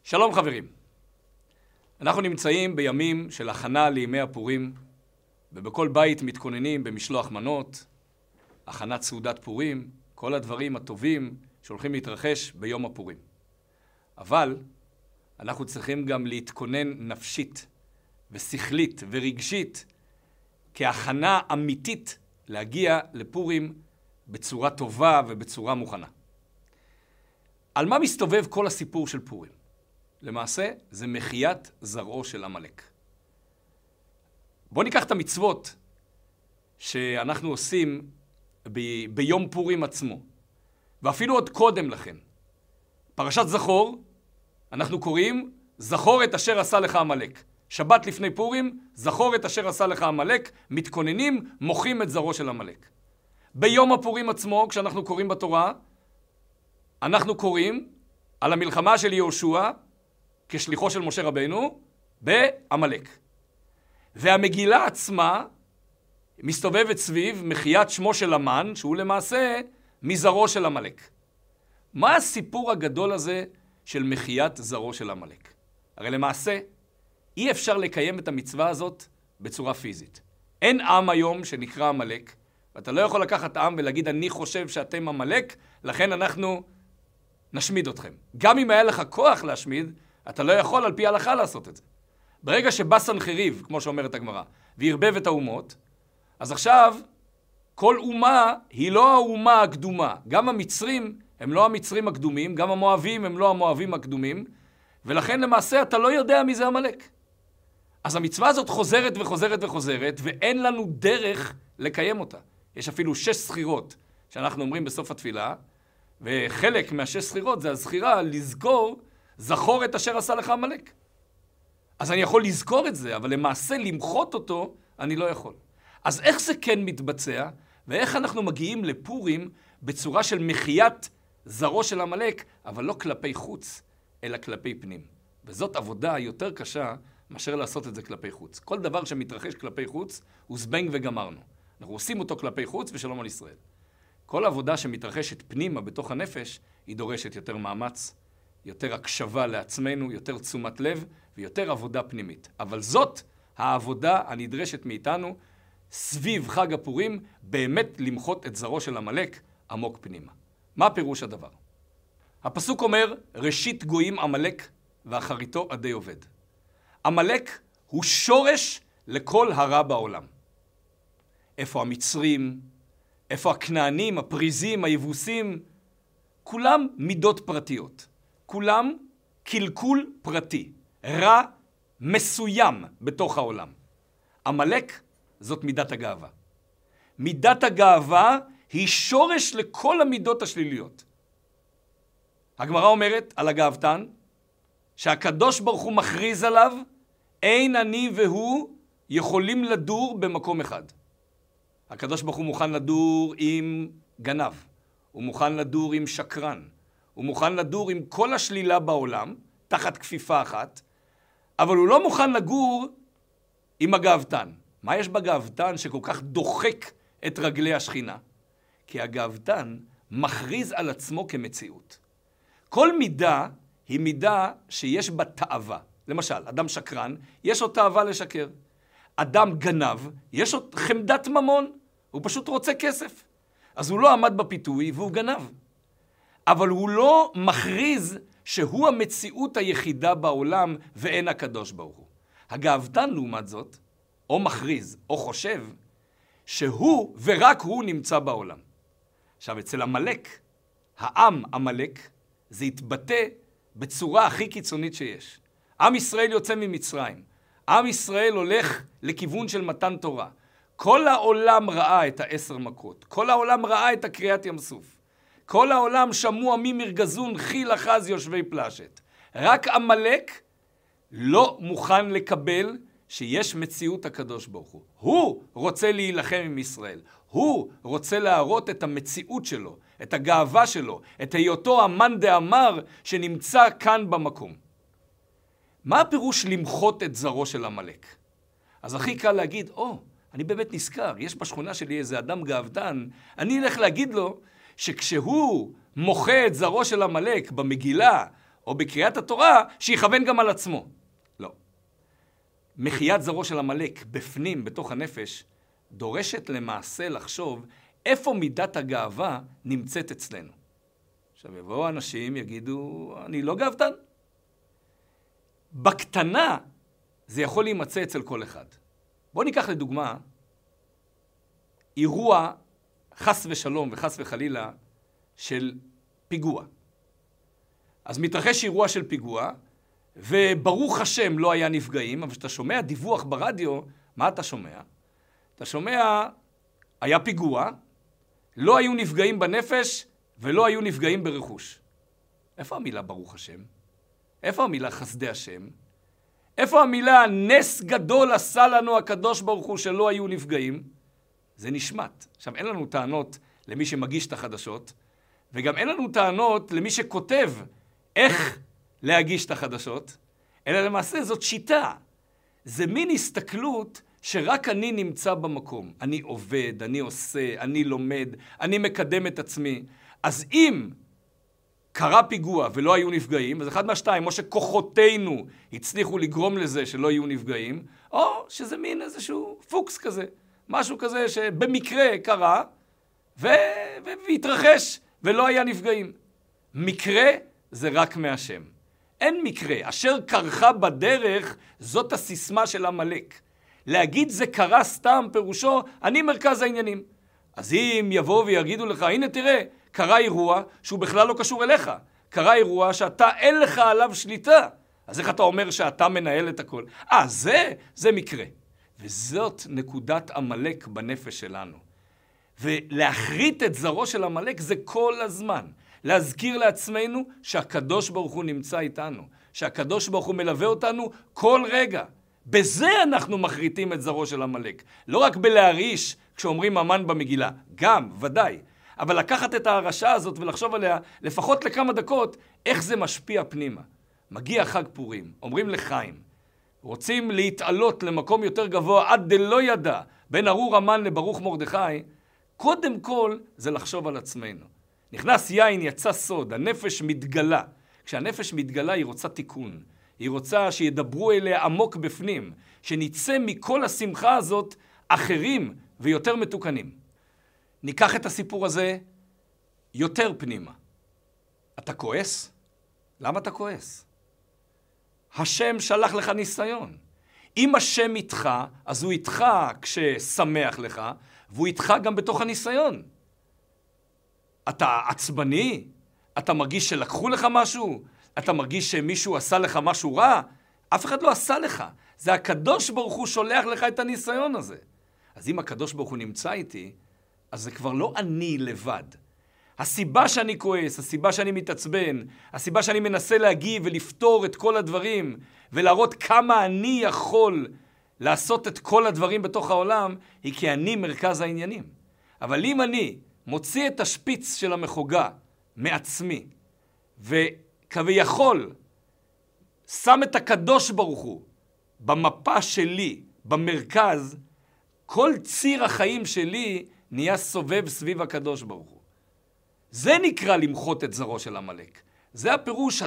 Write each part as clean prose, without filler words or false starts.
שלום חברים. אנחנו נמצאים בימים של הכנה לימי הפורים, ובכל בית מתכוננים במשלוח מנות, הכנת סעודת פורים, כל הדברים הטובים שהולכים להתרחש ביום הפורים. אבל אנחנו צריכים גם להתכונן נפשית ושכלית ורגשית כהכנה אמיתית להגיע לפורים בצורה טובה ובצורה מוכנה. על מה מסתובב כל הסיפור של פורים? למעשה זה מחיית זרעו של עמלק. בואו ניקח את המצוות שאנחנו עושים ביום פורים עצמו, ואפילו עוד קודם לכן. פרשת זכור, אנחנו קוראים זכור את אשר עשה לך עמלק. שבת לפני פורים, זכור את אשר עשה לך עמלק, מתכוננים, מוחים את זרעו של עמלק. ביום הפורים עצמו, כשאנחנו קוראים בתורה, אנחנו קוראים על המלחמה של יהושע, כשליחו של משה רבנו, בעמלק. והמגילה עצמה מסתובבת סביב מחיית שמו של המן, שהוא למעשה מזרעו של עמלק. מה הסיפור הגדול הזה של מחיית זרעו של עמלק? הרי למעשה אי אפשר לקיים את המצווה הזאת בצורה פיזית. אין עם היום שנקרא עמלק, ואתה לא יכול לקחת עם ולהגיד אני חושב שאתם עמלק, לכן אנחנו נשמיד אתכם. גם אם היה לך כוח להשמיד, אתה לא יכול על פי ההלכה לעשות את זה. ברגע שבא סנחריב, כמו שאומרת הגמרא, והרבב את האומות, אז עכשיו כל אומה היא לא האומה הקדומה. גם המצרים הם לא המצרים הקדומים, גם המואבים הם לא המואבים הקדומים, ולכן למעשה אתה לא יודע מי זה עמלק. אז המצווה הזאת חוזרת וחוזרת וחוזרת, ואין לנו דרך לקיים אותה. יש אפילו 6 סחירות שאנחנו אומרים בסוף התפילה, וחלק מה6 סחירות זה הזכירה לזכור זכור את אשר עשה לך עמלק. אז אני יכול לזכור את זה, אבל למעשה למחות אותו אני לא יכול. אז איך זה כן מתבצע, ואיך אנחנו מגיעים לפורים בצורה של מחיית זרעו של עמלק, אבל לא כלפי חוץ, אלא כלפי פנים. וזאת עבודה יותר קשה מאשר לעשות את זה כלפי חוץ. כל דבר שמתרחש כלפי חוץ הוא זבנג וגמרנו. אנחנו עושים אותו כלפי חוץ ושלום על ישראל. כל עבודה שמתרחשת פנימה בתוך הנפש, היא דורשת יותר מאמץ, יותר הקשבה לעצמנו, יותר תשומת לב ויותר עבודה פנימית. אבל זאת העבודה הנדרשת מאיתנו סביב חג הפורים, באמת למחות את זרעו של עמלק עמוק פנימה. מה פירוש הדבר? הפסוק אומר, ראשית גויים עמלק ואחריתו עדי עובד. עמלק הוא שורש לכל הרע בעולם. איפה המצרים, איפה הכנענים, הפריזים, היבוסים, כולם מידות פרטיות. כולם קלקול פרטי, רע מסוים בתוך העולם. עמלק זאת מידת הגאווה. מידת הגאווה היא שורש לכל המידות השליליות. הגמרא אומרת על הגאוותן, שהקדוש ברוך הוא מכריז עליו, אין אני והוא יכולים לדור במקום אחד. הקדוש ברוך הוא מוכן לדור עם גנב, הוא מוכן לדור עם שקרן, הוא מוכן לדור עם כל השלילה בעולם, תחת כפיפה אחת, אבל הוא לא מוכן לגור עם הגאוותן. מה יש בגאוותן שכל כך דוחק את רגלי השכינה? כי הגאוותן מכריז על עצמו כמציאות. כל מידה היא מידה שיש בה תאווה. למשל, אדם שקרן, יש לו תאווה לשקר. אדם גנב, יש לו חמדת ממון, הוא פשוט רוצה כסף. אז הוא לא עמד בפיתוי והוא גנב. אבל הוא לא מכריז שהוא המציאות היחידה בעולם ואין הקדוש ברוך הוא. הגאוותן לעומת זאת, או מכריז או חושב, שהוא ורק הוא נמצא בעולם. עכשיו אצל עמלק, העם עמלק, זה יתבטא בצורה הכי קיצונית שיש. עם ישראל יוצא ממצרים. עם ישראל הולך לכיוון של מתן תורה. כל העולם ראה את 10 מכות. כל העולם ראה את הקריאת ים סוף. כל העולם שמוע ממרגזון חיל אחז יושבי פלשת. רק עמלק לא מוכן לקבל שיש מציאות הקדוש ברוך הוא. הוא רוצה להילחם עם ישראל. הוא רוצה להראות את המציאות שלו, את הגאווה שלו, את היותו המן דאמר שנמצא כאן במקום. מה הפירוש למחות את זרעו של עמלק? אז הכי קל להגיד, אני באמת נזכר, יש בשכונה שלי איזה אדם גאוותן, אני אלך להגיד לו שכשהוא מוחה את זרעו של עמלק במגילה, או בקריאת התורה, שיכוון גם על עצמו. לא. מחיית זרעו של עמלק בפנים, בתוך הנפש, דורשת למעשה לחשוב איפה מידת הגאווה נמצאת אצלנו. עכשיו יבואו אנשים, יגידו, אני לא גאוותן. בקטנה זה יכול להימצא אצל כל אחד. בואו ניקח לדוגמה, אירוע חס ושלום וחס וחלילה של פיגוע. אז מתרחש אירוע של פיגוע, וברוך השם לא היה נפגעים, אבל כשאתה שומע דיווח ברדיו, מה אתה שומע? אתה שומע, היה פיגוע, לא היו נפגעים בנפש ולא היו נפגעים ברכוש. איפה המילה ברוך השם? איפה המילה חסדי השם? איפה המילה נס גדול עשה לנו הקדוש ברוך הוא שלא היו נפגעים? זה נשמט. עכשיו אין לנו טענות למי שמגיש את החדשות, וגם אין לנו טענות למי שכותב איך להגיש את החדשות, אלא למעשה זאת שיטה. זה מין הסתכלות שרק אני נמצא במקום. אני עובד, אני עושה, אני לומד, אני מקדם את עצמי. אז אם קרה פיגוע ולא היו נפגעים, אז אחד מהשתיים, או שכוחותינו הצליחו לגרום לזה שלא יהיו נפגעים, או שזה מין איזשהו פוקס כזה, משהו כזה שבמקרה קרה והתרחש ולא היה נפגעים. מקרה זה רק מהשם. אין מקרה. אשר קרחה בדרך, זאת הסיסמה של עמלק. להגיד זה קרה סתם פירושו, אני מרכז העניינים. אז אם יבואו ויגידו לך, הנה תראה, קרה אירוע שהוא בכלל לא קשור אליך. קרה אירוע שאתה אין לך עליו שליטה. אז איך אתה אומר שאתה מנהל את הכל? זה מקרה. וזאת נקודת עמלק בנפש שלנו. ולהחריט את זרעו של עמלק זה כל הזמן. להזכיר לעצמנו שהקדוש ברוך הוא נמצא איתנו. שהקדוש ברוך הוא מלווה אותנו כל רגע. בזה אנחנו מחריטים את זרעו של עמלק. לא רק בלהרעיש כשאומרים אמן במגילה. גם, ודאי. אבל לקחת את ההרעשה הזאת ולחשוב עליה לפחות לכמה דקות, איך זה משפיע פנימה. מגיע חג פורים, אומרים לחיים. רוצים להתעלות למקום יותר גבוה עד דלא ידע, בין ארור המן לברוך מרדכי, קודם כל זה לחשוב על עצמנו. נכנס יין, יצא סוד, הנפש מתגלה. כשהנפש מתגלה היא רוצה תיקון. היא רוצה שידברו אליה עמוק בפנים, שניצא מכל השמחה הזאת אחרים ויותר מתוקנים. ניקח את הסיפור הזה יותר פנימה. אתה כועס? למה אתה כועס? השם שלח לך ניסיון. אם השם איתך, אז הוא איתך כששמח לך, והוא איתך גם בתוך הניסיון. אתה עצבני? אתה מרגיש שלקחו לך משהו? אתה מרגיש שמישהו עשה לך משהו רע? אף אחד לא עשה לך. זה הקדוש ברוך הוא שולח לך את הניסיון הזה. אז אם הקדוש ברוך הוא נמצא איתי, אז זה כבר לא אני לבד. הסיבה שאני כועס, הסיבה שאני מתעצבן, הסיבה שאני מנסה להגיב ולפתור את כל הדברים, ולהראות כמה אני יכול לעשות את כל הדברים בתוך העולם, היא כי אני מרכז העניינים. אבל אם אני מוציא את השפיץ של המחוגה מעצמי, וכביכול שם את הקדוש ברוך הוא במפה שלי, במרכז, כל ציר החיים שלי נהיה סובב סביב הקדוש ברוך הוא. זה נקרא למחות את זרעו של עמלק. זה הפירוש,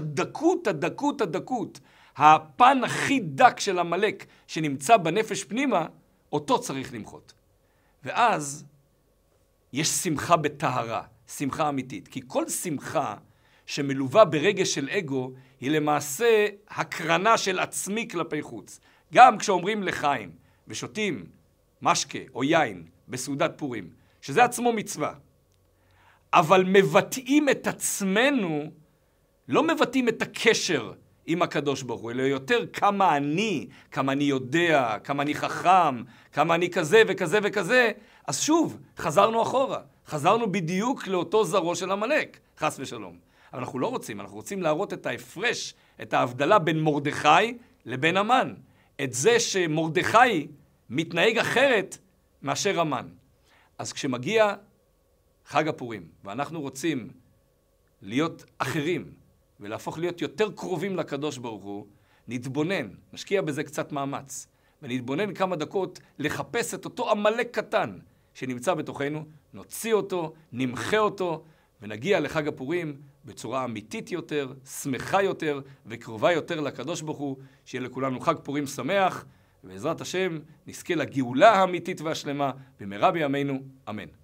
הדקות. הפן הכי דק של עמלק שנמצא בנפש פנימה, אותו צריך למחות. ואז יש שמחה בטהרה, שמחה אמיתית. כי כל שמחה שמלווה ברגש של אגו, היא למעשה הקרנה של עצמי כלפי חוץ. גם כשאומרים לחיים ושותים משקה או יין בסעודת פורים, שזה עצמו מצווה. אבל מבטאים את עצמנו, לא מבטאים את הקשר עם הקדוש ברוך הוא, אלא יותר כמה אני יודע, כמה אני חכם, כמה אני כזה וכזה וכזה. אז שוב, חזרנו אחורה. חזרנו בדיוק לאותו זרעו של עמלק, חס ושלום. אבל אנחנו לא רוצים, אנחנו רוצים להראות את ההפרש, את ההבדלה בין מרדכי לבין המן. את זה שמרדכי מתנהג אחרת מאשר המן. אז כשמגיע חג הפורים, ואנחנו רוצים להיות אחרים, ולהפוך להיות יותר קרובים לקדוש ברוך הוא, נתבונן, נשקיע בזה קצת מאמץ, ונתבונן כמה דקות לחפש את אותו עמלק קטן שנמצא בתוכנו, נוציא אותו, נמחה אותו, ונגיע לחג הפורים בצורה אמיתית יותר, שמחה יותר וקרובה יותר לקדוש ברוך הוא. שיהיה לכולנו חג פורים שמח, ובעזרת השם נזכה לגאולה האמיתית והשלמה במהרה בימינו, אמן.